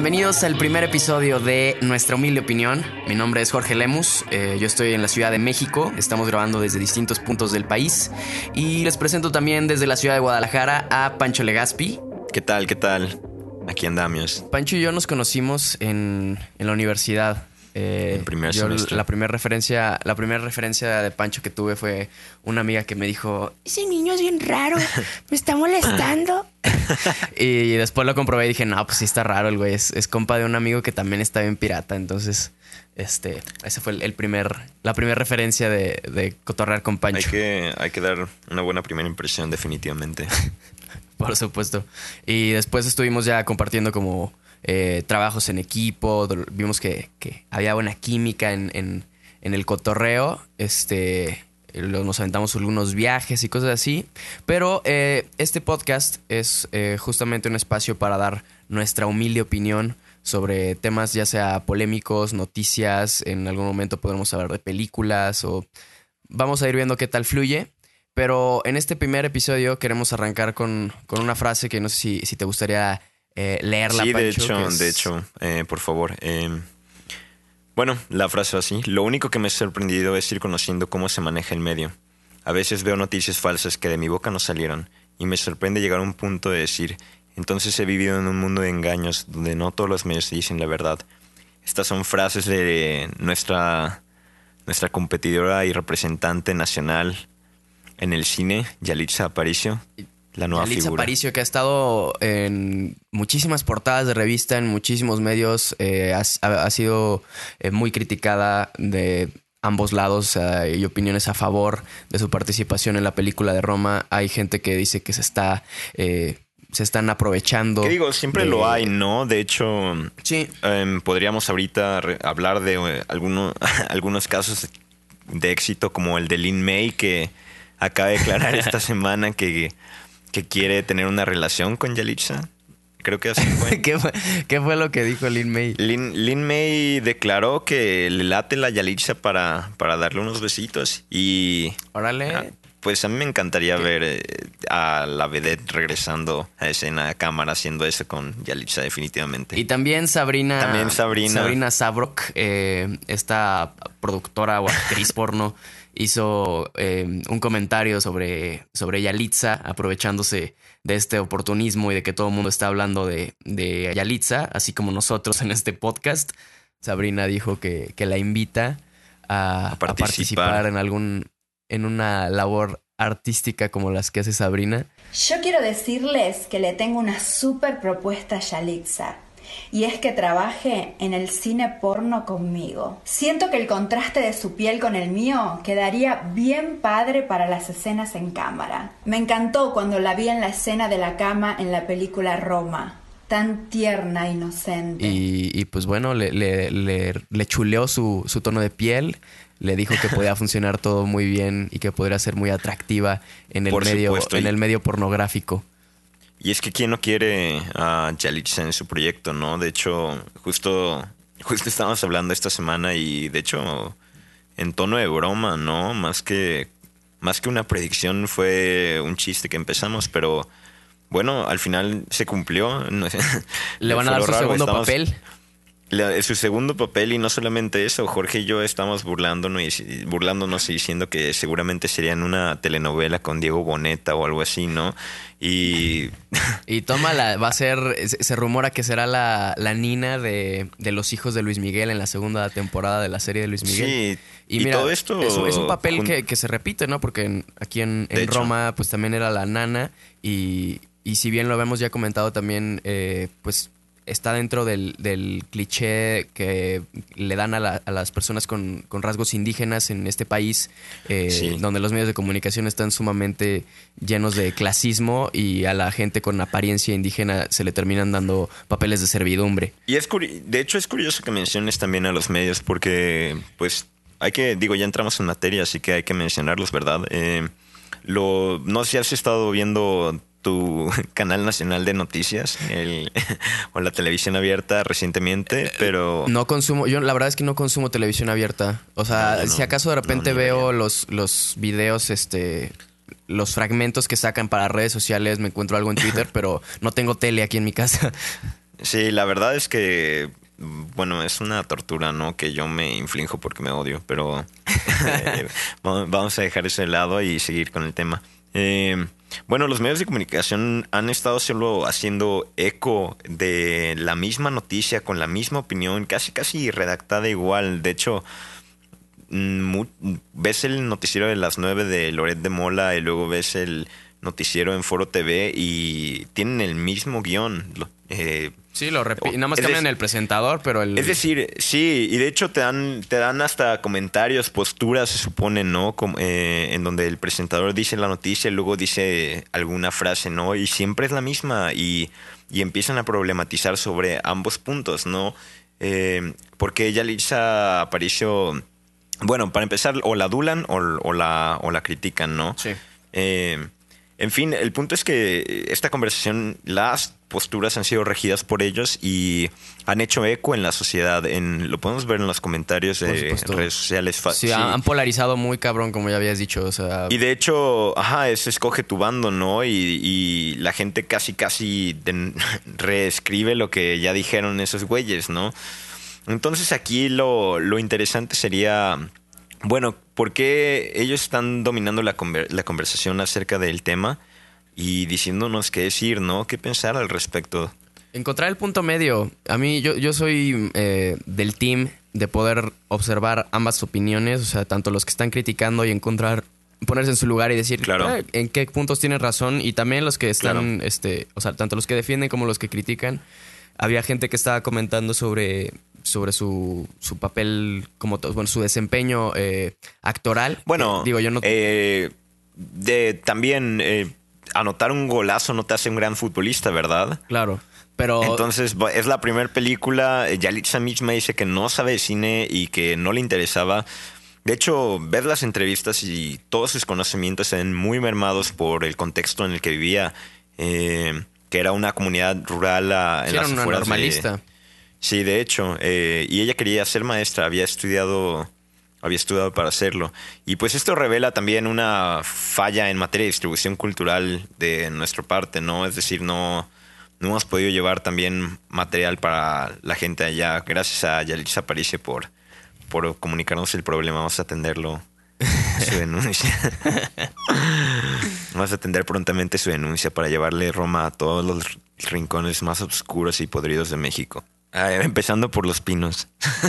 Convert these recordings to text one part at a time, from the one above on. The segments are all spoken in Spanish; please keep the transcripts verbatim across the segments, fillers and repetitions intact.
Bienvenidos al primer episodio de Nuestra Humilde Opinión. Mi nombre es Jorge Lemus, eh, yo estoy en la Ciudad de México. Estamos grabando desde distintos puntos del país. Y les presento también desde la Ciudad de Guadalajara a Pancho Legaspi. ¿Qué tal? ¿Qué tal? Aquí andamos. Pancho y yo nos conocimos en, en la universidad. Eh, el primer yo, semestre. La primera referencia, la primera referencia de Pancho que tuve fue una amiga que me dijo: ese niño es bien raro, me está molestando. Y después lo comprobé y dije: no, pues sí está raro el güey. Es, es compa de un amigo que también está bien pirata. Entonces, este, ese fue el, el primer, la primera referencia de, de cotorrear con Pancho. Hay que, hay que dar una buena primera impresión, definitivamente. Por supuesto. Y después estuvimos ya compartiendo como eh, trabajos en equipo. Vimos que, que había buena química en, en, en el cotorreo. Este, nos aventamos algunos viajes y cosas así. Pero eh, este podcast es eh, justamente un espacio para dar nuestra humilde opinión sobre temas ya sea polémicos, noticias. En algún momento podremos hablar de películas o vamos a ir viendo qué tal fluye. Pero en este primer episodio queremos arrancar con, con una frase que no sé si, si te gustaría eh, leerla, Sí, Pancho. de hecho, es... de hecho, eh, por favor. Eh, bueno, la frase así. Lo único que me ha sorprendido es ir conociendo cómo se maneja el medio. A veces veo noticias falsas que de mi boca no salieron y me sorprende llegar a un punto de decir: entonces he vivido en un mundo de engaños donde no todos los medios dicen la verdad. Estas son frases de nuestra, nuestra competidora y representante nacional en el cine, Yalitza Aparicio, la nueva Yalitza figura. Aparicio, que ha estado en muchísimas portadas de revista, en muchísimos medios, eh, ha, ha sido eh, muy criticada de ambos lados. Eh, y opiniones a favor de su participación en la película de Roma. Hay gente que dice que se está... Eh, se están aprovechando. ¿Qué digo? Siempre de... lo hay, ¿no? De hecho, sí. eh, podríamos ahorita re- hablar de eh, alguno, algunos casos de éxito como el de Lin May, que acaba de declarar esta semana que, que quiere tener una relación con Yalitza. Creo que así fue. ¿Qué fue. ¿Qué fue lo que dijo Lin May? Lin, Lin May declaró que le late la Yalitza para, para darle unos besitos. Y Órale. ah, pues a mí me encantaría ¿Qué? ver eh, a la vedette regresando a escena, a cámara, haciendo eso con Yalitza, definitivamente. Y también Sabrina. También Sabrina. Sabrina Sabrok, eh, esta productora o actriz porno, hizo eh, un comentario sobre, sobre Yalitza, aprovechándose de este oportunismo y de que todo el mundo está hablando de, de Yalitza, así como nosotros en este podcast. Sabrina dijo que, que la invita a, A participar. a participar en algún en una labor artística como las que hace Sabrina. Yo quiero decirles que le tengo una súper propuesta a Yalitza. Y es que trabaje en el cine porno conmigo. Siento que el contraste de su piel con el mío quedaría bien padre para las escenas en cámara. Me encantó cuando la vi en la escena de la cama en la película Roma. Tan tierna e inocente. Y, y pues bueno, le, le, le, le chuleó su, su tono de piel. Le dijo que podía funcionar todo muy bien y que podría ser muy atractiva en el, Por medio, supuesto, en y- el medio pornográfico. Y es que quién no quiere a Yalitza en su proyecto, ¿no? De hecho, justo, justo estábamos hablando esta semana y de hecho en tono de broma, ¿no? Más que, más que una predicción fue un chiste que empezamos, pero bueno, al final se cumplió. No sé. Le van a Fue dar lo su raro, segundo estamos- papel. Le- su segundo papel, y no solamente eso, Jorge y yo estamos burlándonos y, burlándonos y diciendo que seguramente sería en una telenovela con Diego Boneta o algo así, ¿no? Y Y toma la, va a ser, se, se rumora que será la, la nina de, de los hijos de Luis Miguel en la segunda temporada de la serie de Luis Miguel. sí, Y, y mira, todo esto es, es un papel jun- que, que se repite, ¿no? Porque en- aquí en, De en hecho. Roma pues también era la nana y, y si bien lo habíamos ya comentado también, eh, pues está dentro del, del cliché que le dan a, la- a las personas con, con rasgos indígenas en este país, eh, Sí. donde los medios de comunicación están sumamente llenos de clasismo y a la gente con apariencia indígena se le terminan dando papeles de servidumbre. Y es curi- de hecho es curioso que menciones también a los medios porque pues hay que, digo, ya entramos en materia, así que hay que mencionarlos, ¿verdad? Eh, lo, no sé si has estado viendo tu canal nacional de noticias el, o la televisión abierta recientemente, pero... No consumo, yo la verdad es que no consumo televisión abierta. O sea, No, yo no, si acaso de repente no, ni veo idea. los, los videos, este, los fragmentos que sacan para redes sociales, me encuentro algo en Twitter, pero no tengo tele aquí en mi casa. Sí, la verdad es que, bueno, es una tortura, ¿no? Que yo me inflijo porque me odio, pero eh, vamos vamos a dejar eso de lado y seguir con el tema. Eh, bueno, los medios de comunicación han estado solo haciendo eco de la misma noticia, con la misma opinión, casi casi redactada igual. De hecho, mm, mu- ves el noticiero de las nueve de Loret de Mola y luego ves el noticiero en Foro T V y tienen el mismo guión. Lo- eh, Sí, lo repito. o- Nada más es cambian dec- el presentador, pero el... es decir, sí, y de hecho te dan, te dan hasta comentarios, posturas, se supone, ¿no? Como, eh, en donde el presentador dice la noticia y luego dice alguna frase, ¿no? Y siempre es la misma y, y empiezan a problematizar sobre ambos puntos, ¿no? Eh, porque Yalitza Aparicio, bueno, para empezar, o la adulan o, o la, o la critican, ¿no? Sí. Eh, en fin, el punto es que esta conversación, las posturas han sido regidas por ellos y han hecho eco en la sociedad. En, lo podemos ver en los comentarios Por de supuesto. redes sociales. Fa- Sí, sí. han polarizado muy cabrón, como ya habías dicho. O sea, Y de hecho, ajá, es escoge tu bando, ¿no? Y, y la gente casi, casi de- reescribe lo que ya dijeron esos güeyes, ¿no? Entonces aquí lo, lo interesante sería, bueno, ¿por qué ellos están dominando la, conver- la conversación acerca del tema y diciéndonos qué decir, ¿no? ¿Qué pensar al respecto? encontrar el punto medio. A mí, yo, yo soy eh, del team de poder observar ambas opiniones, o sea, tanto los que están criticando y encontrar, ponerse en su lugar y decir Claro. eh, en qué puntos tienen razón, y también los que están, Claro. este, o sea, tanto los que defienden como los que critican. Había gente que estaba comentando sobre, sobre su, su papel, como to- bueno, su desempeño eh, actoral. Bueno, Eh, digo, yo no. eh, de, también eh, anotar un golazo no te hace un gran futbolista, ¿verdad? Claro, pero Entonces va- es la primera película. eh, Yalitza misma dice que no sabe de cine y que no le interesaba. De hecho, ves las entrevistas y todos sus conocimientos se ven muy mermados por el contexto en el que vivía, eh, que era una comunidad rural ah, en sí, era las una afueras de- normalista. Sí, de hecho, eh, y ella quería ser maestra, había estudiado, había estudiado para hacerlo. Y pues esto revela también una falla en materia de distribución cultural de nuestra parte, ¿no? Es decir, no, no hemos podido llevar también material para la gente allá. Gracias a Yalitza Aparicio por, por comunicarnos el problema, vamos a atenderlo. Su denuncia. Vamos a atender prontamente su denuncia para llevarle Roma a todos los rincones más oscuros y podridos de México. Ah, empezando por Los Pinos.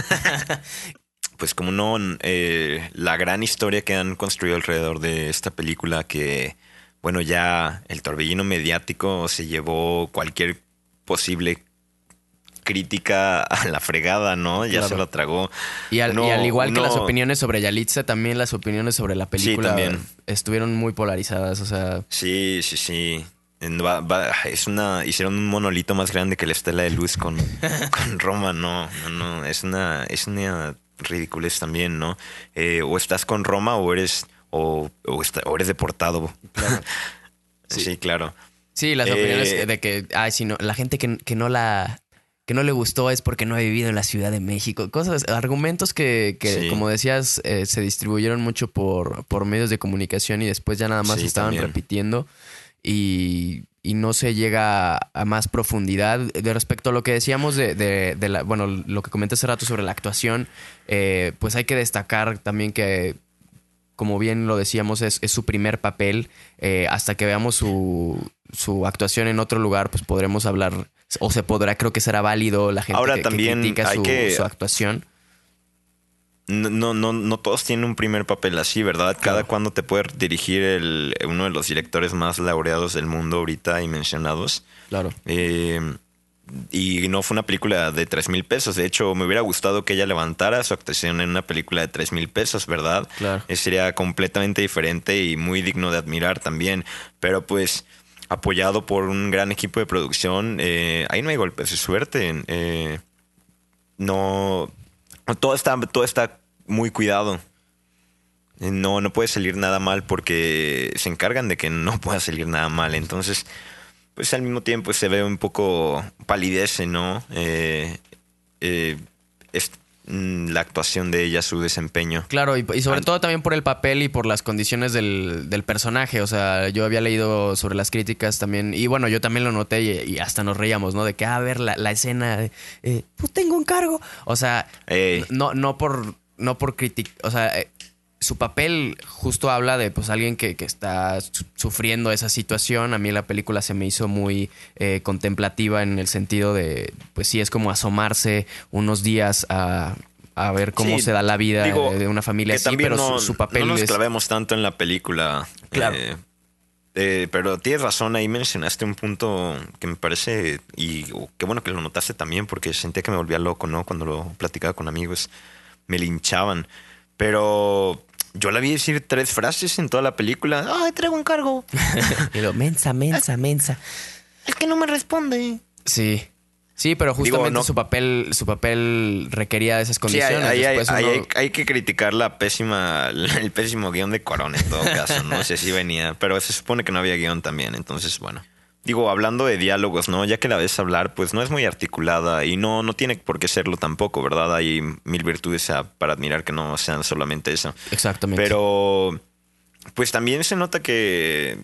Pues como no, eh, la gran historia que han construido alrededor de esta película que, bueno, ya el torbellino mediático se llevó cualquier posible crítica a la fregada, ¿no? Ya Claro. se lo tragó. Y al, Uno- y al igual que uno- las opiniones sobre Yalitza, también las opiniones sobre la película también. estuvieron muy polarizadas. O sea, Sí, sí, sí. En- va- va- es una, hicieron un monolito más grande que la estela de luz con, con Roma, no, no, no, es una, es una ridiculez también, ¿no? Eh, o estás con Roma o eres, o, o, está- o eres deportado. Claro. Sí, claro. sí, las Eh, opiniones de que, ay, si no, la gente que, que no la que no le gustó es porque no ha vivido en la Ciudad de México. Cosas, argumentos que, que Sí. como decías, eh, se distribuyeron mucho por, por medios de comunicación y después ya nada más Sí, se estaban también. repitiendo y, y no se llega a más profundidad. De respecto a lo que decíamos de, de, de la, bueno, lo que comenté hace rato sobre la actuación, eh, pues hay que destacar también que, como bien lo decíamos, es, es su primer papel. Eh, hasta que veamos su, su actuación en otro lugar, pues podremos hablar, o se podrá, creo que será válido la gente Ahora que, que también critica hay su, que- su actuación. No, no, no, no todos tienen un primer papel así, ¿verdad? Cada Claro. cuando te puede dirigir el, uno de los directores más laureados del mundo ahorita y mencionados. Claro. Eh, y no fue una película de tres mil pesos. De hecho, me hubiera gustado que ella levantara su actuación en una película de tres mil pesos, ¿verdad? Claro. Eh, sería completamente diferente y muy digno de admirar también. Pero pues, apoyado por un gran equipo de producción, eh, ahí no hay golpes de suerte. Eh, no, todo está, todo está muy cuidado. Eh, No, no puede salir nada mal porque se encargan de que no pueda salir nada mal. Entonces, pues al mismo tiempo se ve un poco palidece, ¿no? Eh, eh, es- mm, la actuación de ella, su desempeño. Claro, y, y sobre Ah, todo también por el papel y por las condiciones del, del personaje. O sea, yo había leído sobre las críticas también. Y bueno, yo también lo noté y, y hasta nos reíamos, ¿no? De que, ah, a ver, la, la escena de, eh, pues tengo un cargo. O sea, Ey. no, no por, no por criticar. O sea, eh, su papel justo habla de pues alguien que, que está su- sufriendo esa situación. A mí la película se me hizo muy eh, contemplativa en el sentido de, pues sí, es como asomarse unos días a, a ver cómo Sí, se da la vida digo, de una familia que así, también pero no, su, su papel no nos es... clavemos tanto en la película. Claro. Eh, eh, pero tienes razón, ahí mencionaste un punto que me parece, y oh, qué bueno que lo notaste también, porque sentía que me volvía loco, ¿no? Cuando lo platicaba con amigos, me linchaban. Pero yo la vi decir tres frases en toda la película. ¡Ay, traigo un cargo! Y lo, mensa, mensa, mensa. Es que no me responde. Sí. Sí, pero justamente no- su papel su papel requería de esas Sí, hay, condiciones. hay- hay- Después hay- uno- hay- hay que criticar la pésima, el pésimo guión de Cuarón en todo caso, no sé si venía, pero se supone que no había guión también, entonces bueno. Digo, hablando de diálogos, ¿no? Ya que la ves hablar, pues no es muy articulada y no, no tiene por qué serlo tampoco, ¿verdad? Hay mil virtudes a- para admirar que no sean solamente eso. Exactamente. Pero, pues también se nota que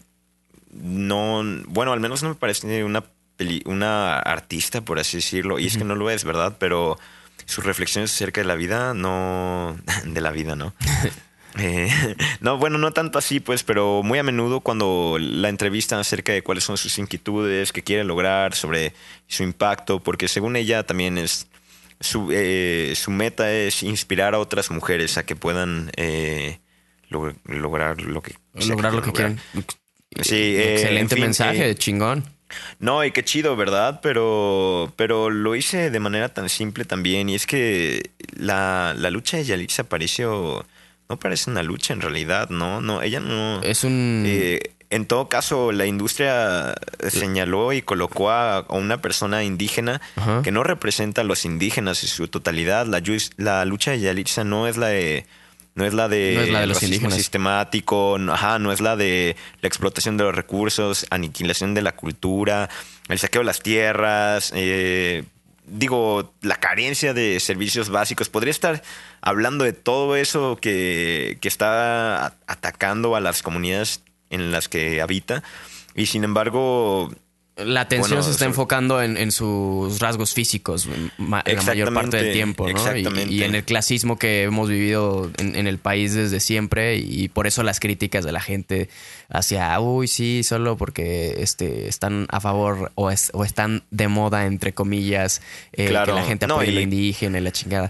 no, bueno, al menos no me parece una peli- una artista, por así decirlo, y es que no lo es, ¿verdad? Pero sus reflexiones acerca de la vida, no, de la vida, ¿no? Eh, no, bueno, no tanto así, pues, pero muy a menudo cuando la entrevistan acerca de cuáles son sus inquietudes, qué quiere lograr, sobre su impacto, porque según ella también es su, eh, su meta es inspirar a otras mujeres a que puedan eh, log- lograr lo que sea lograr lo que quieran quieren. Sí, eh, Excelente en fin, mensaje, eh, chingón. no, y qué chido, ¿verdad? Pero, pero lo hice de manera tan simple también. Y es que la, la lucha de Yalitza Aparicio no parece una lucha en realidad, ¿no? No, ella no. Es un... Eh, en todo caso, la industria señaló y colocó a, a una persona indígena Ajá. que no representa a los indígenas en su totalidad. La, yus- la lucha de Yalitza no es la de. No es la de, No es la de los racismo indígenas. sistemático, no- ajá, no es la de la explotación de los recursos, aniquilación de la cultura, el saqueo de las tierras, eh, digo, la carencia de servicios básicos. Podría estar hablando de todo eso que, que está a- atacando a las comunidades en las que habita y sin embargo... La atención Bueno, se está sobre- enfocando en, en sus rasgos físicos ma- la mayor parte del Exactamente, tiempo, ¿no? Y, exactamente. y en el clasismo que hemos vivido en, en el país desde siempre y por eso las críticas de la gente hacia, uy, sí, solo porque este, están a favor o, es- o están de moda, entre comillas, eh, Claro. que la gente No, apoye y- lo indígena y la chingada.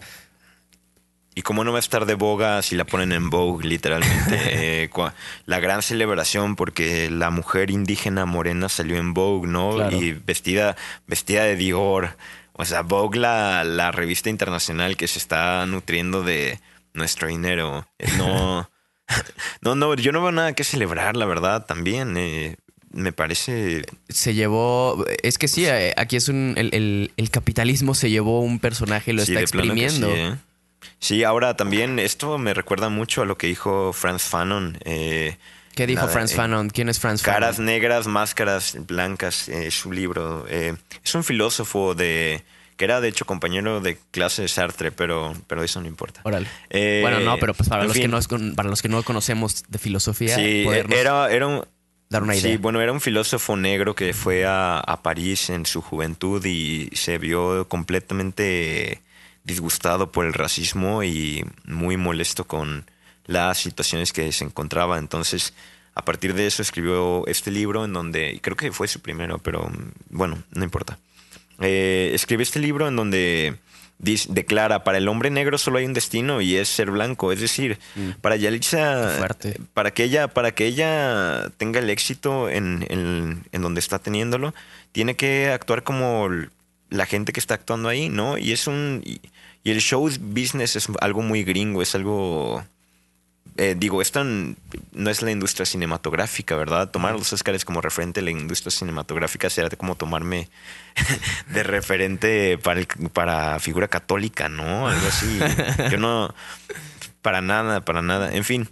Y como no va a estar de boga si la ponen en Vogue, literalmente. Eh, cua- la gran celebración porque la mujer indígena morena salió en Vogue, ¿no? Claro. Y vestida, vestida de Dior. O sea, Vogue, la, la revista internacional que se está nutriendo de nuestro dinero. Eh, No, no, no, yo no veo nada que celebrar, la verdad, también. Eh, me parece... Se llevó, es que sí, eh, aquí es un, el, el- el capitalismo se llevó un personaje y lo Sí, está de plano que exprimiendo. Sí, ¿eh? Sí, ahora también esto me recuerda mucho a lo que dijo Franz Fanon. Eh, ¿Qué dijo nada, Franz eh, Fanon? ¿Quién es Franz Caras Fanon? negras, máscaras blancas, eh, su libro. Eh, es un filósofo de que era de hecho compañero de clase de Sartre, pero, pero eso no importa. Órale. Eh, Bueno, no, pero pues para en los que fin, no es con- para los que no conocemos de filosofía, sí, podernos era, era un, dar una idea. Sí, bueno, era un filósofo negro que fue a, a París en su juventud y se vio completamente disgustado por el racismo y muy molesto con las situaciones que se encontraba. Entonces, a partir de eso escribió este libro en donde, y creo que fue su primero, pero bueno, no importa. Eh, escribe este libro en donde dis- declara, para el hombre negro solo hay un destino y es ser blanco. Es decir, Mm. para Yalitza, Qué fuerte. para que ella, para que ella tenga el éxito en, en, en donde está teniéndolo, tiene que actuar como l- la gente que está actuando ahí, ¿no? Y es un y, y el show business es algo muy gringo, es algo eh, digo, esto n- no es la industria cinematográfica, ¿verdad? Tomar los Oscars como referente de la industria cinematográfica será como tomarme de referente para, el- para figura católica, ¿no? Algo así. Yo no, para nada, para nada. En fin,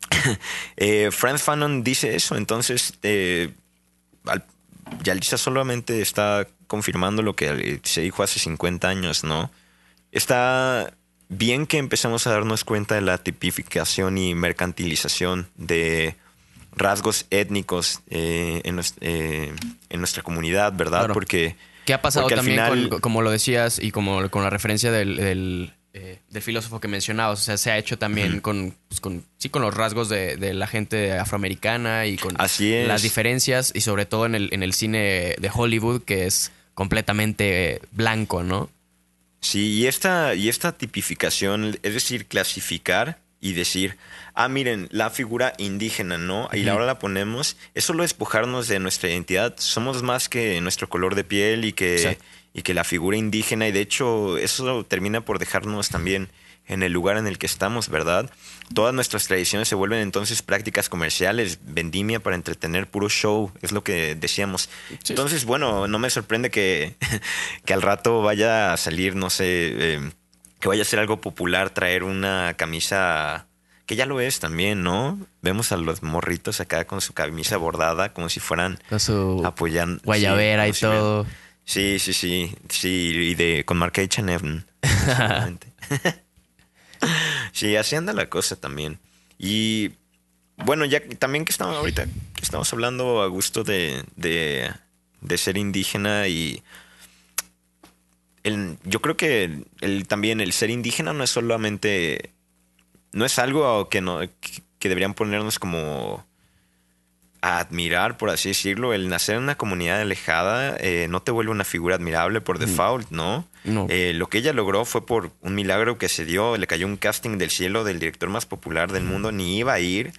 eh, Franz Fanon dice eso, entonces eh, al- Yalitza solamente está confirmando lo que se dijo hace cincuenta años, ¿no? Está bien que empezamos a darnos cuenta de la tipificación y mercantilización de rasgos étnicos eh, en, nuestra, eh, en nuestra comunidad, ¿verdad? Claro. Porque... ¿Qué ha pasado porque al también final- con, como lo decías y como con la referencia del, del, eh, del filósofo que mencionabas? O sea, se ha hecho también Ujú. con, pues, con, sí, con los rasgos de, de la gente afroamericana y con Así es. las diferencias y sobre todo en el, en el cine de Hollywood, que es completamente eh, blanco, ¿no? Sí, y esta, y esta tipificación, es decir, clasificar y decir, ah, miren, la figura indígena, ¿no? Y Ujú. ahora la ponemos, es solo despojarnos de nuestra identidad. Somos más que nuestro color de piel y que, Exacto. y que la figura indígena, y de hecho eso termina por dejarnos también en el lugar en el que estamos, ¿verdad? Todas nuestras tradiciones se vuelven entonces prácticas comerciales, vendimia para entretener, puro show, es lo que decíamos. Sí. Entonces, bueno, no me sorprende que, que al rato vaya a salir, no sé, eh, que vaya a ser algo popular traer una camisa, que ya lo es también, ¿no? Vemos a los morritos acá con su camisa bordada como si fueran Con su apoyando. guayabera y sí, como si todo. vean- Sí, sí, sí, sí, y de con Mark H and M, seguramente. Sí, así anda la cosa también. Y bueno, ya que- también que estamos ahorita que estamos hablando a gusto de, de, de ser indígena y el, yo creo que el, también el ser indígena no es solamente, no es algo que, no, que, que deberían ponernos como a admirar, por así decirlo. El nacer en una comunidad alejada eh, no te vuelve una figura admirable por default, ¿no? No. Eh, lo que ella logró fue por un milagro que se dio. Le cayó un casting del cielo del director más popular del mundo. Ni iba a ir.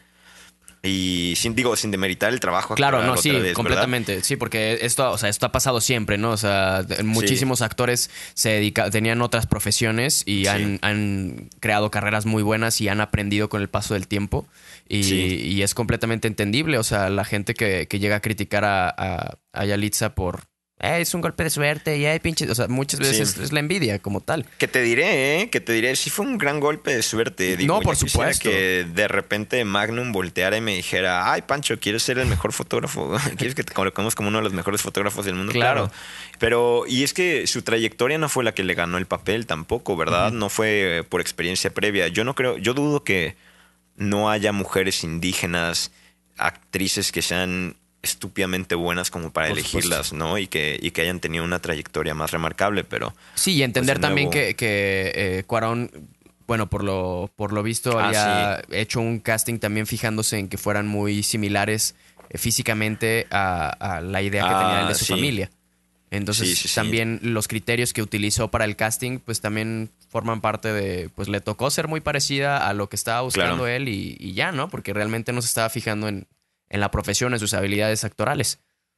Y sin, digo, sin demeritar el trabajo Claro, actoral no, otra sí, vez, ¿verdad? completamente. Sí, porque esto, o sea, esto ha pasado siempre, ¿no? O sea, de- muchísimos actores se dedica, tenían otras profesiones y Sí. han, han creado carreras muy buenas y han aprendido con el paso del tiempo. Y, Sí. y es completamente entendible. O sea, la gente que, que llega a criticar a, a, a Yalitza por "Eh, es un golpe de suerte y hay pinches. O sea, muchas veces Sí. es, es la envidia como tal. Que te diré, ¿eh? Que te diré, sí fue un gran golpe de suerte. Digo, No, por ya quisiera supuesto. que de repente Magnum volteara y me dijera, ay, Pancho, ¿quieres ser el mejor fotógrafo? ¿Quieres que te coloquemos como uno de los mejores fotógrafos del mundo? Claro. Claro. Pero, y es que su trayectoria no fue la que le ganó el papel tampoco, ¿verdad? Ujú. No fue eh, por experiencia previa. Yo no creo, yo dudo que no haya mujeres indígenas, actrices que sean estúpidamente buenas como para Por elegirlas, ¿no? Y que, y que hayan tenido una trayectoria más remarcable, pero... Sí, y entender Pues, de también nuevo- que, que eh, Cuarón, bueno, por lo, por lo visto, Ah, había hecho un casting también fijándose en que fueran muy similares eh, físicamente a, a la idea que tenía él de Ah, su sí. familia. Entonces, Sí, sí, sí. también los criterios que utilizó para el casting, pues también forman parte de, pues le tocó ser muy parecida a lo que estaba buscando Claro. él y, y ya, ¿no? Porque realmente no se estaba fijando en, en la profesión, en sus habilidades actorales.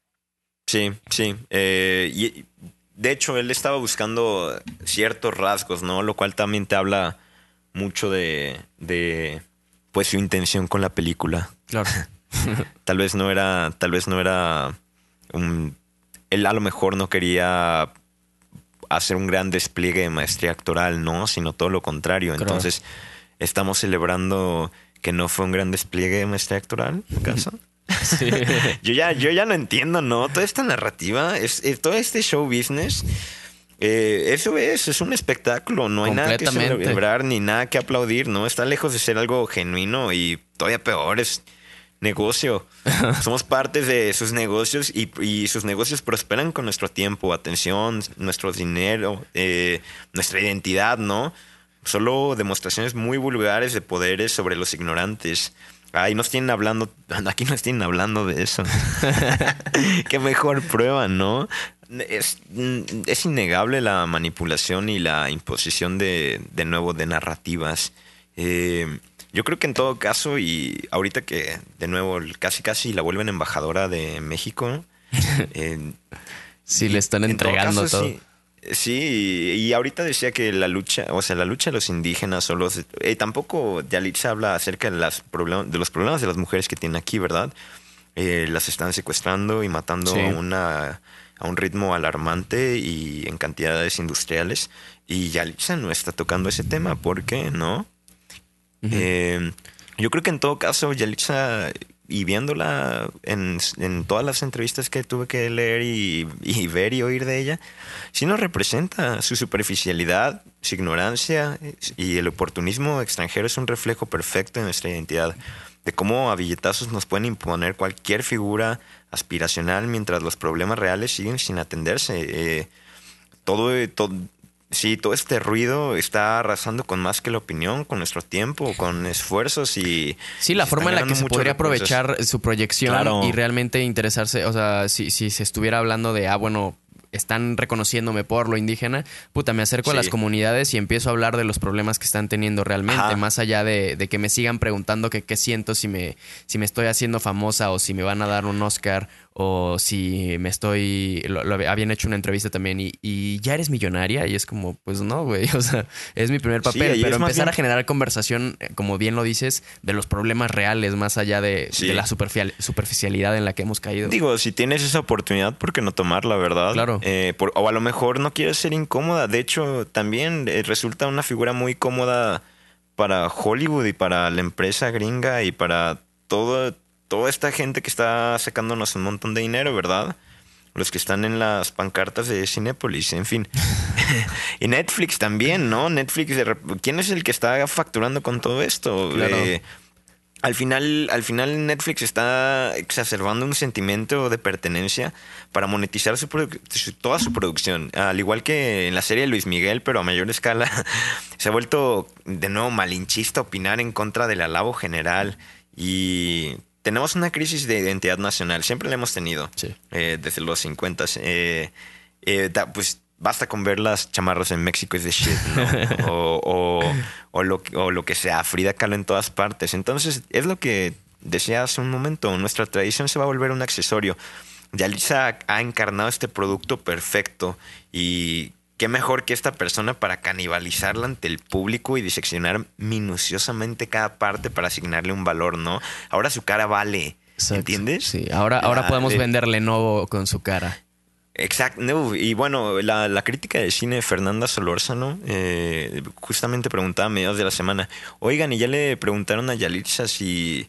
Sí, sí. Eh, y de hecho, él estaba buscando ciertos rasgos, ¿no? Lo cual también te habla mucho de, de pues su intención con la película. Claro. Tal vez no era, tal vez no era un, él a lo mejor no quería hacer un gran despliegue de maestría actoral, ¿no? Sino todo lo contrario. Claro. Entonces, estamos celebrando que no fue un gran despliegue de maestría actoral, ¿acaso? Sí. Yo ya, yo ya no entiendo, ¿no? Toda esta narrativa, es, es- todo este show business, eh, eso es, es un espectáculo. No hay nada que Completamente. celebrar ni nada que aplaudir, ¿no? Está lejos de ser algo genuino y todavía peor, es negocio. Somos partes de sus negocios y, y sus negocios prosperan con nuestro tiempo, atención, nuestro dinero, eh, nuestra identidad, ¿no? Solo demostraciones muy vulgares de poderes sobre los ignorantes. Ahí nos tienen hablando, aquí nos tienen hablando de eso. Qué mejor prueba, ¿no? Es, es innegable la manipulación y la imposición de, de nuevo, de narrativas. Eh, yo creo que en todo caso, y ahorita que de nuevo casi casi la vuelven embajadora de México, eh, Sí, le están en todo entregando caso, todo. Sí, sí, y ahorita decía que la lucha, o sea, la lucha de los indígenas o los... Eh, tampoco Yalitza habla acerca de, las problem- de los problemas de las mujeres que tienen aquí, ¿verdad? Eh, las están secuestrando y matando Sí. a, una, a un ritmo alarmante y en cantidades industriales. Y Yalitza no está tocando ese tema, ¿por qué? ¿No? Ujú. Eh, yo creo que en todo caso Yalitza y viéndola en, en todas las entrevistas que tuve que leer y, y ver y oír de ella, sí nos representa. Su superficialidad, su ignorancia y el oportunismo extranjero es un reflejo perfecto de nuestra identidad, de cómo a billetazos nos pueden imponer cualquier figura aspiracional mientras los problemas reales siguen sin atenderse. Eh, todo, todo, sí, todo este ruido está arrasando con más que la opinión, con nuestro tiempo, con esfuerzos y... Sí, la forma en la que se podría recursos. aprovechar su proyección Claro. y realmente interesarse, o sea, si, si se estuviera hablando de, ah, bueno, están reconociéndome por lo indígena, puta, me acerco Sí. a las comunidades y empiezo a hablar de los problemas que están teniendo realmente, Ajá. más allá de, de que me sigan preguntando que qué siento si me, si me estoy haciendo famosa o si me van a dar un Oscar o si me estoy... Lo, lo habían hecho una entrevista también y, y ya eres millonaria y es como, pues no, güey, o sea, es mi primer papel, Sí, ahí pero es más empezar bien- a generar conversación, eh, como bien lo dices, de los problemas reales, más allá de, Sí. de la superficial- superficialidad en la que hemos caído. Digo, si tienes esa oportunidad, ¿por qué no tomarla, verdad? Claro. Eh, por- o a lo mejor no quieres ser incómoda. De hecho, también eh, resulta una figura muy cómoda para Hollywood y para la empresa gringa y para todo, toda esta gente que está sacándonos un montón de dinero, ¿verdad? Los que están en las pancartas de Cinépolis, en fin. Y Netflix también, ¿no? Netflix, de rep- ¿quién es el que está facturando con todo esto? Claro. Eh, Al final, al final Netflix está exacerbando un sentimiento de pertenencia para monetizar su produ- su- toda su producción. Al igual que en la serie de Luis Miguel, pero a mayor escala, se ha vuelto de nuevo malinchista opinar en contra del alabo general. Y tenemos una crisis de identidad nacional. Siempre la hemos tenido, Sí. eh, desde los cincuenta. Eh, eh, da- pues basta con ver las chamarras en México es de shit, ¿no? o, o, o, lo, o lo que sea, Frida Kahlo en todas partes. Entonces, es lo que decía hace un momento, nuestra tradición se va a volver un accesorio. Yalitza ha encarnado este producto perfecto y qué mejor que esta persona para canibalizarla ante el público y diseccionar minuciosamente cada parte para asignarle un valor, ¿no? Ahora su cara vale, Exacto. ¿entiendes? Sí, ahora, ahora La- podemos de- vender Lenovo con su cara. Exacto, no, y bueno, la, la crítica de cine de Fernanda Solórzano eh, justamente preguntaba a mediados de la semana, oigan, y ya le preguntaron a Yalitza si,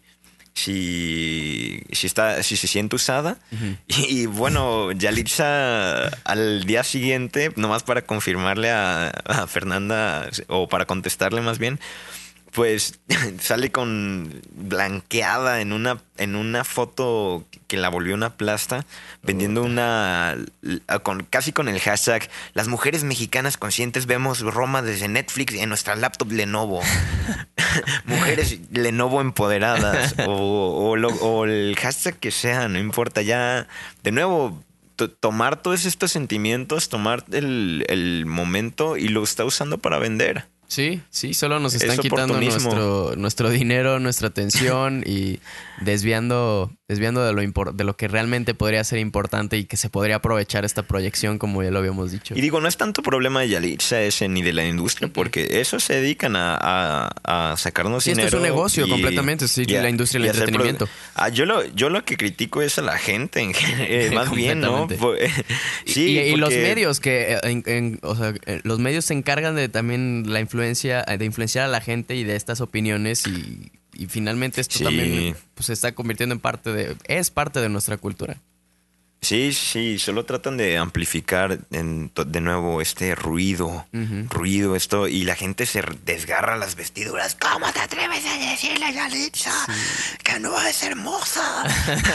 si, si, está, si se siente usada, Ujú. y, y bueno, Yalitza al día siguiente, nomás para confirmarle a, a Fernanda, o para contestarle más bien, pues sale con blanqueada en una en una foto que la volvió una plasta, vendiendo una con casi con el hashtag las mujeres mexicanas conscientes vemos Roma desde Netflix en nuestra laptop Lenovo. Mujeres Lenovo empoderadas o, o, lo- o el hashtag que sea, no importa, ya de nuevo to- tomar todos estos sentimientos, tomar el, el momento y lo está usando para vender. Sí, sí, solo nos Es están quitando oportunismo. nuestro, nuestro dinero, nuestra atención y desviando, desviando de lo impor- de lo que realmente podría ser importante y que se podría aprovechar esta proyección, como ya lo habíamos dicho. Y digo, no es tanto problema de Yalitza ese ni de la industria, porque eso se dedican a, a, a sacarnos Sí, esto dinero. es un negocio completamente, sí, la industria del y hacer entretenimiento. produ- Ah, yo, lo, yo lo que critico es a la gente, en gen- eh, más bien, ¿no? Completamente. Fue- sí, y, y los porque- medios que eh, en- en- o sea, eh, los medios se encargan de también la influencia, eh, de influenciar a la gente y de estas opiniones y, y finalmente esto Sí. también pues, se está convirtiendo en parte de, es parte de nuestra cultura. Sí, sí, solo tratan de amplificar en to- de nuevo este ruido, Ujú. ruido, esto, y la gente se r- desgarra las vestiduras. ¿Cómo te atreves a decirle a Yalitza que no es hermosa?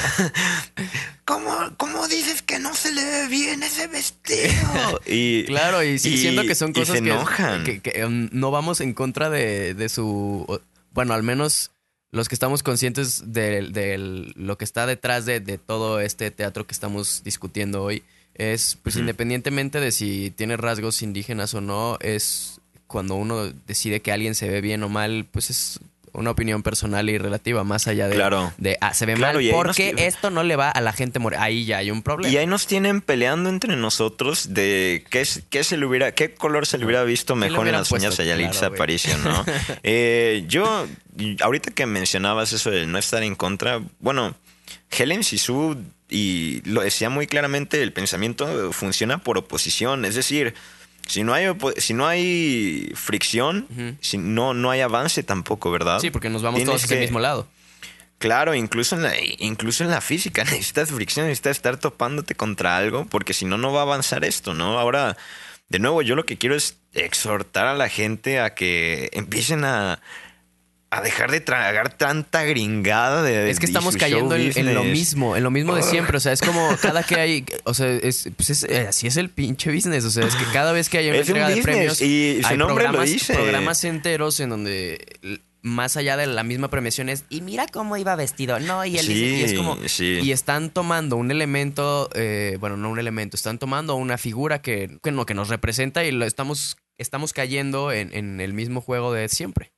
¿Cómo, ¿Cómo dices que no se le ve bien ese vestido? Y, Claro, y, sí, siento que son y cosas se que, enojan. que- que, um, no vamos en contra de, de su... o- Bueno, al menos los que estamos conscientes de, de lo que está detrás de, de todo este teatro que estamos discutiendo hoy, es, pues Ujú. independientemente de si tiene rasgos indígenas o no, es cuando uno decide que alguien se ve bien o mal, pues es una opinión personal y relativa, más allá de, Claro. de ah, se ve Claro, mal y ahí porque nos- esto no le va a la gente morena. Ahí ya hay un problema. Y ahí nos tienen peleando entre nosotros de qué, es- qué se le hubiera, qué color se le hubiera visto ¿Qué le mejor en hubieran las uñas puesto? a Yalitza Claro, güey. Aparicio, ¿no? Eh, yo, ahorita que mencionabas eso de no estar en contra, bueno, Helen Sisu, y lo decía muy claramente, el pensamiento funciona por oposición, es decir, si no hay, opo- si no hay fricción, Ujú. si no, no hay avance tampoco, ¿verdad? Sí, porque nos vamos Tienes todos hacia el que- mismo lado. Claro, incluso en la, incluso en la física necesitas fricción, necesitas estar topándote contra algo, porque si no, no va a avanzar esto, ¿no? Ahora, de nuevo, yo lo que quiero es exhortar a la gente a que empiecen a, a dejar de tragar tanta gringada de... Es que de estamos su cayendo show en, en lo business. mismo, en lo mismo de siempre. O sea, es como cada que hay... O sea, es, pues es- eh, así es el pinche business. O sea, es que cada vez que hay una Es un entrega de business, premios... y su hay nombre lo programas, dice. programas enteros en donde... l- Más allá de la misma premiación es... Y mira cómo iba vestido. No, y él Sí, dice... Y es como... sí. Y están tomando un elemento... eh, bueno, no un elemento. Están tomando una figura que, que, no, que nos representa y lo estamos, estamos cayendo en, en el mismo juego de siempre.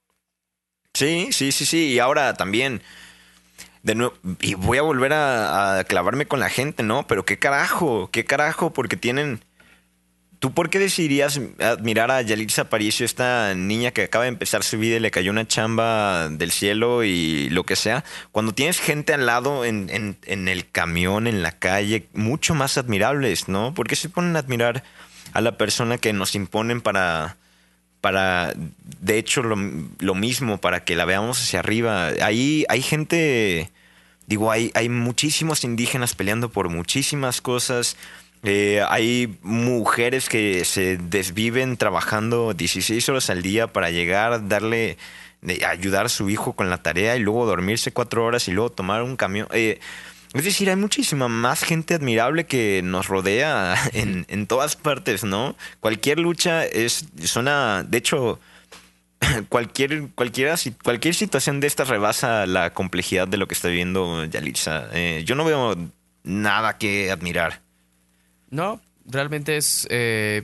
Sí, sí, sí, sí. Y ahora también, de nuevo, y voy a volver a, a clavarme con la gente, ¿no? Pero qué carajo, qué carajo, porque tienen... ¿Tú por qué decidirías admirar a Yalitza Aparicio, esta niña que acaba de empezar su vida y le cayó una chamba del cielo y lo que sea? Cuando tienes gente al lado en, en, en el camión, en la calle, mucho más admirables, ¿no? ¿Por qué se ponen a admirar a la persona que nos imponen para... para de hecho lo, lo mismo, para que la veamos hacia arriba? Ahí hay gente, digo, hay, hay muchísimos indígenas peleando por muchísimas cosas. Eh, hay mujeres que se desviven trabajando dieciséis horas al día para llegar, darle, de- ayudar a su hijo con la tarea y luego dormirse cuatro horas y luego tomar un camión. Eh, es decir, hay muchísima más gente admirable que nos rodea en, en todas partes, ¿no? Cualquier lucha es, suena, de hecho, cualquier, cualquiera, si- cualquier situación de esta rebasa la complejidad de lo que está viviendo Yalitza. Eh, yo no veo nada que admirar. No, realmente es eh,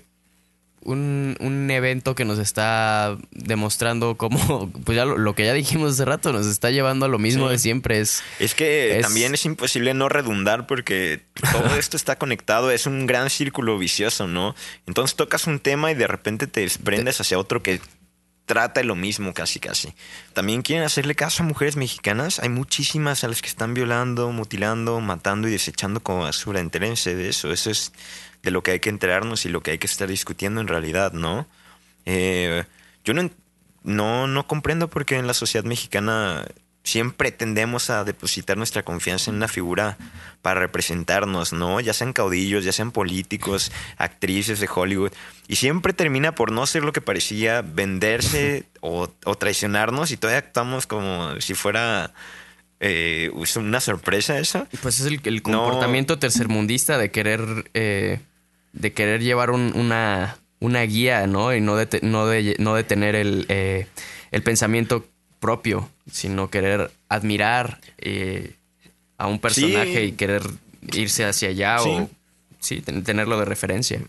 un, un evento que nos está demostrando cómo, pues ya lo, lo que ya dijimos hace rato, nos está llevando a lo mismo Sí. de siempre. Es, Es que Es- también es imposible no redundar porque todo esto está conectado, es un gran círculo vicioso, ¿no? Entonces tocas un tema y de repente te desprendes hacia otro que trata de lo mismo casi casi. También quieren hacerle caso a mujeres mexicanas, hay muchísimas a las que están violando, mutilando, matando y desechando como basura. Entérense de eso, eso es de lo que hay que enterarnos y lo que hay que estar discutiendo en realidad, ¿no? Eh, yo no, en- no, no comprendo por qué en la sociedad mexicana siempre tendemos a depositar nuestra confianza en una figura para representarnos, ¿no? Ya sean caudillos, ya sean políticos, actrices de Hollywood. Y siempre termina por no ser lo que parecía, venderse o, o traicionarnos y todavía actuamos como si fuera eh, una sorpresa eso. pues es el, el No. comportamiento tercermundista de querer, eh, de querer llevar un- una, una guía, ¿no? Y no de, no de, no de tener el, eh, el pensamiento propio, sino querer admirar eh, a un personaje Sí. y querer irse hacia allá Sí. o sí, ten- tenerlo de referencia.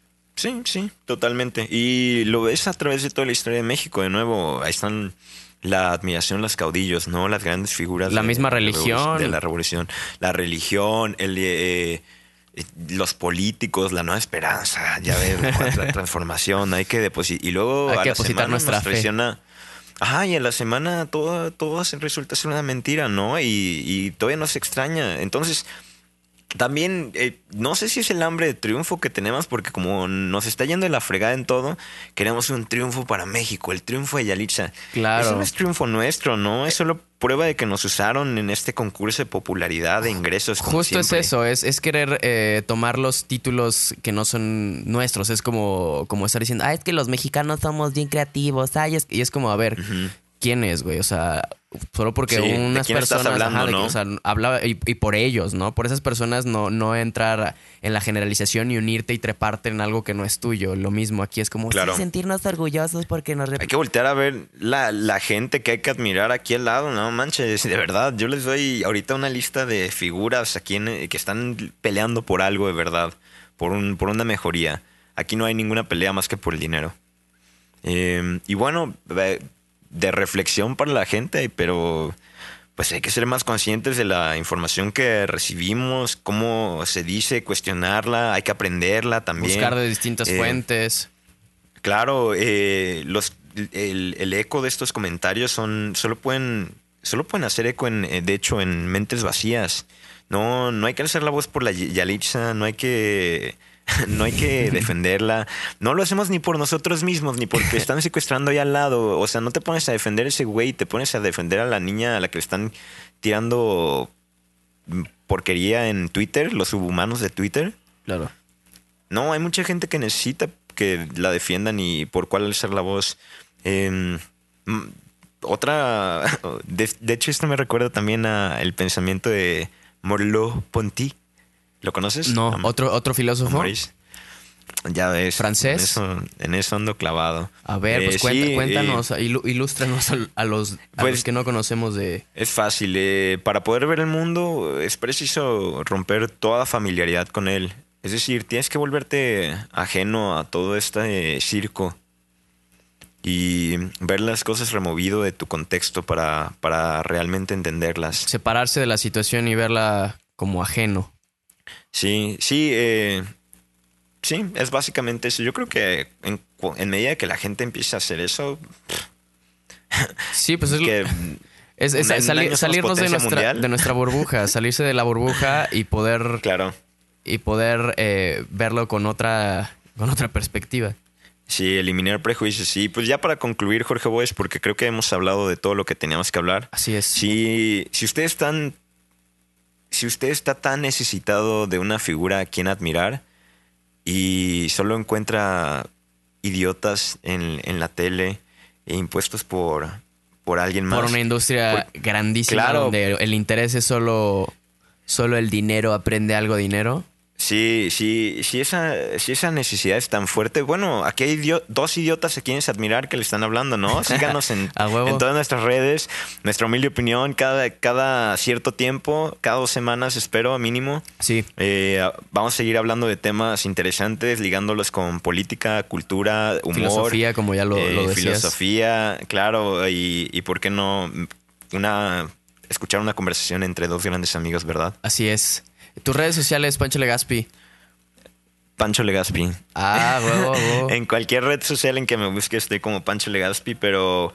Sí, sí, totalmente. Y lo ves a través de toda la historia de México. De nuevo, ahí están la admiración, los caudillos, ¿no? Las grandes figuras. La de- misma de la religión. revolución- De la revolución. La religión, el, eh, eh, los políticos, la nueva esperanza. Ya ves, la transformación. Hay que depositar. Y luego Hay a que la depositar semana nuestra nos fe. traiciona. Ajá, y a la semana todo, todo se- resulta ser una mentira, ¿no? Y, y todavía nos extraña. Entonces, también, eh, no sé si es el hambre de triunfo que tenemos, porque como nos está yendo de la fregada en todo, queremos un triunfo para México, el triunfo de Yalitza. Claro. Eso no es triunfo nuestro, ¿no? Es solo prueba de que nos usaron en este concurso de popularidad, de ingresos. como Justo es siempre. eso, es, es querer eh, tomar los títulos que no son nuestros. Es como, como estar diciendo, ah, es que los mexicanos somos bien creativos. Ay, es, y es como, a ver, ¿quién es, güey? O sea, solo porque Sí, ¿de unas quién estás personas. hablando, ajá, de que, no? o sea, habla y, y por ellos, ¿no? Por esas personas no, no entrar en la generalización y unirte y treparte en algo que no es tuyo. Lo mismo aquí es como Claro. sí, sentirnos orgullosos porque nos rep- Hay que voltear a ver la, la gente que hay que admirar aquí al lado, no manches, de verdad. Yo les doy ahorita una lista de figuras aquí en- que están peleando por algo de verdad, por, un, por una mejoría. Aquí no hay ninguna pelea más que por el dinero. Eh, y bueno, de, de reflexión para la gente, pero pues hay que ser más conscientes de la información que recibimos, cómo se dice, cuestionarla, hay que aprenderla también. buscar de distintas Eh, fuentes. Claro, eh, los, el, el eco de estos comentarios son solo pueden solo pueden hacer eco en, eh, de hecho, en mentes vacías. No, no hay que alzar la voz por la Y- Yalitza, no hay que no hay que defenderla. No lo hacemos ni por nosotros mismos, ni porque están secuestrando ahí al lado. O sea, no te pones a defender a ese güey, te pones a defender a la niña a la que le están tirando porquería en Twitter, los subhumanos de Twitter. Claro. No, hay mucha gente que necesita que la defiendan y por cuál alzar la voz. Eh, otra... De, de hecho, esto me recuerda también a el pensamiento de Merleau-Ponty. ¿Lo conoces? No, Am- otro, otro filósofo. Maurice. Ya ves. ¿Francés? En eso, en eso ando clavado. A ver, pues Eh, cuenta- sí, cuéntanos, ilu- ilústranos a, a los, a Pues- los que no conocemos de... eh, es fácil. eh, para poder ver el mundo es preciso romper toda familiaridad con él. Es decir, tienes que volverte ajeno a todo este eh, circo y ver las cosas removido de tu contexto para, para realmente entenderlas. Separarse de la situación y verla como ajeno. Sí, sí, eh, sí, es básicamente eso. Yo creo que en, cu- en medida que la gente empiece a hacer eso, Sí, pues es, que es, es un- en sali- años somos salirnos de potencia nuestra, mundial. de nuestra burbuja, salirse de la burbuja y poder, claro, y poder eh, verlo con otra, con otra perspectiva. sí, eliminar prejuicios. Sí, pues ya para concluir, Jorge Boys, porque creo que hemos hablado de todo lo que teníamos que hablar. Así es. Si, si usted es tan, si usted está tan necesitado de una figura a quien admirar y solo encuentra idiotas en, en la tele e impuestos por, por alguien más. Por una industria Por- grandísima claro. donde el interés es solo, solo el dinero, aprende algo dinero. Sí, sí, sí esa, si esa necesidad es tan fuerte. Bueno, aquí hay idio- dos idiotas a quienes admirar que le están hablando, ¿no? Síganos en, A huevo. en todas nuestras redes. Nuestra humilde opinión cada, cada cierto tiempo, cada dos semanas, espero, mínimo. Sí, Eh, vamos a seguir hablando de temas interesantes, ligándolos con política, cultura, humor. filosofía, como ya lo, eh, lo decías. filosofía, claro, y, y por qué no una escuchar una conversación entre dos grandes amigos, ¿verdad? Así es. Tus redes sociales, Pancho Legaspi. Pancho Legaspi. Ah, huevo, huevo. En cualquier red social en que me busque estoy como Pancho Legaspi, pero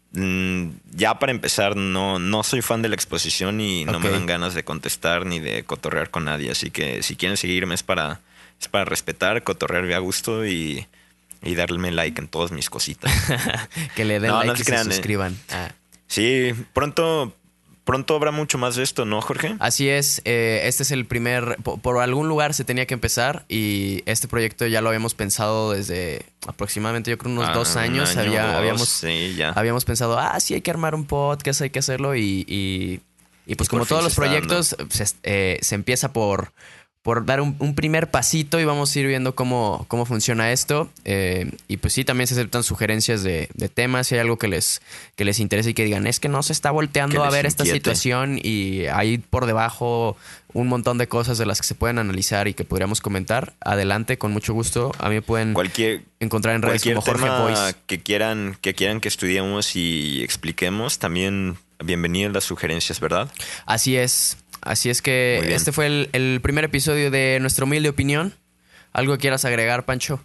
mm, ya para empezar no, no soy fan de la exposición y no me Ok. dan ganas de contestar ni de cotorrear con nadie, así que si quieren seguirme es para, es para respetar, cotorrear a gusto y, y darme like en todas mis cositas. Que le den No, like no y se se crean, eh. suscriban. Ah. Sí, pronto, pronto habrá mucho más de esto, ¿no, Jorge? Así es, eh, este es el primer, por, por algún lugar se tenía que empezar y este proyecto ya lo habíamos pensado desde aproximadamente yo creo unos Ah, dos un años. año, Había- dos, habíamos, sí, ya. habíamos pensado, ah, sí hay que armar un podcast, hay que hacerlo y, y, y pues Y como por fin todos se los está proyectos se, eh, se empieza por, por dar un, un primer pasito y vamos a ir viendo cómo, cómo funciona esto. Eh, y pues sí, también se aceptan sugerencias de, de temas, si hay algo que les, que les interese y que digan, es que no se está volteando Que a les ver esta inquiete. situación y hay por debajo un montón de cosas de las que se pueden analizar y que podríamos comentar. Adelante, con mucho gusto. A mí me pueden Cualquier, encontrar en redes Cualquier como Jorge tema Boyce. que quieran, que quieran que estudiemos y expliquemos, también bienvenidas las sugerencias, ¿verdad? Así es. Así es que Muy bien. este fue el, el primer episodio de nuestra humilde opinión. ¿Algo que quieras agregar, Pancho?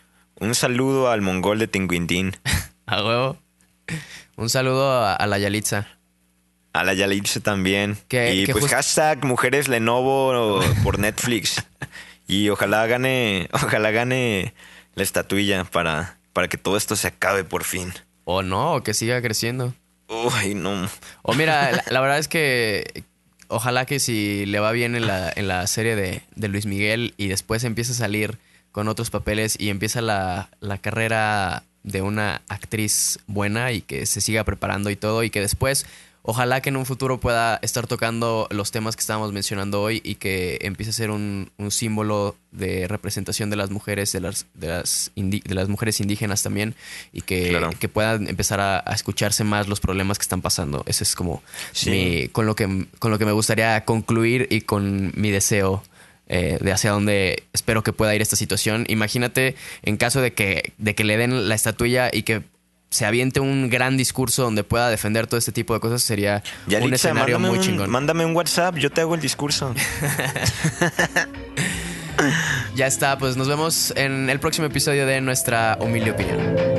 Un saludo al mongol de Tinguindín, A huevo. Un saludo a, a la Yalitza. a la Yalitza también. Que- y que pues just- hashtag mujeres Lenovo por Netflix. Y ojalá gane, ojalá gane la estatuilla para, para que todo esto se acabe por fin. O no, o que siga creciendo. Uy, no. O mira, la, la verdad es que ojalá que si le va bien en la, en la serie de, de Luis Miguel y después empieza a salir con otros papeles y empieza la, la carrera de una actriz buena y que se siga preparando y todo y que después ojalá que en un futuro pueda estar tocando los temas que estábamos mencionando hoy y que empiece a ser un, un símbolo de representación de las mujeres, de las, de las, indi- de las mujeres indígenas también y que, Claro. que puedan empezar a, a escucharse más los problemas que están pasando. Ese es como Sí. mi- con, lo que, con lo que me gustaría concluir y con mi deseo eh, de hacia dónde espero que pueda ir esta situación. Imagínate en caso de que, de que le den la estatuilla y que se aviente un gran discurso donde pueda defender todo este tipo de cosas, sería un Yalitza, escenario mándame muy un- chingón. Mándame un WhatsApp, yo te hago el discurso. Ya está, pues nos vemos en el próximo episodio de nuestra humilde opinión.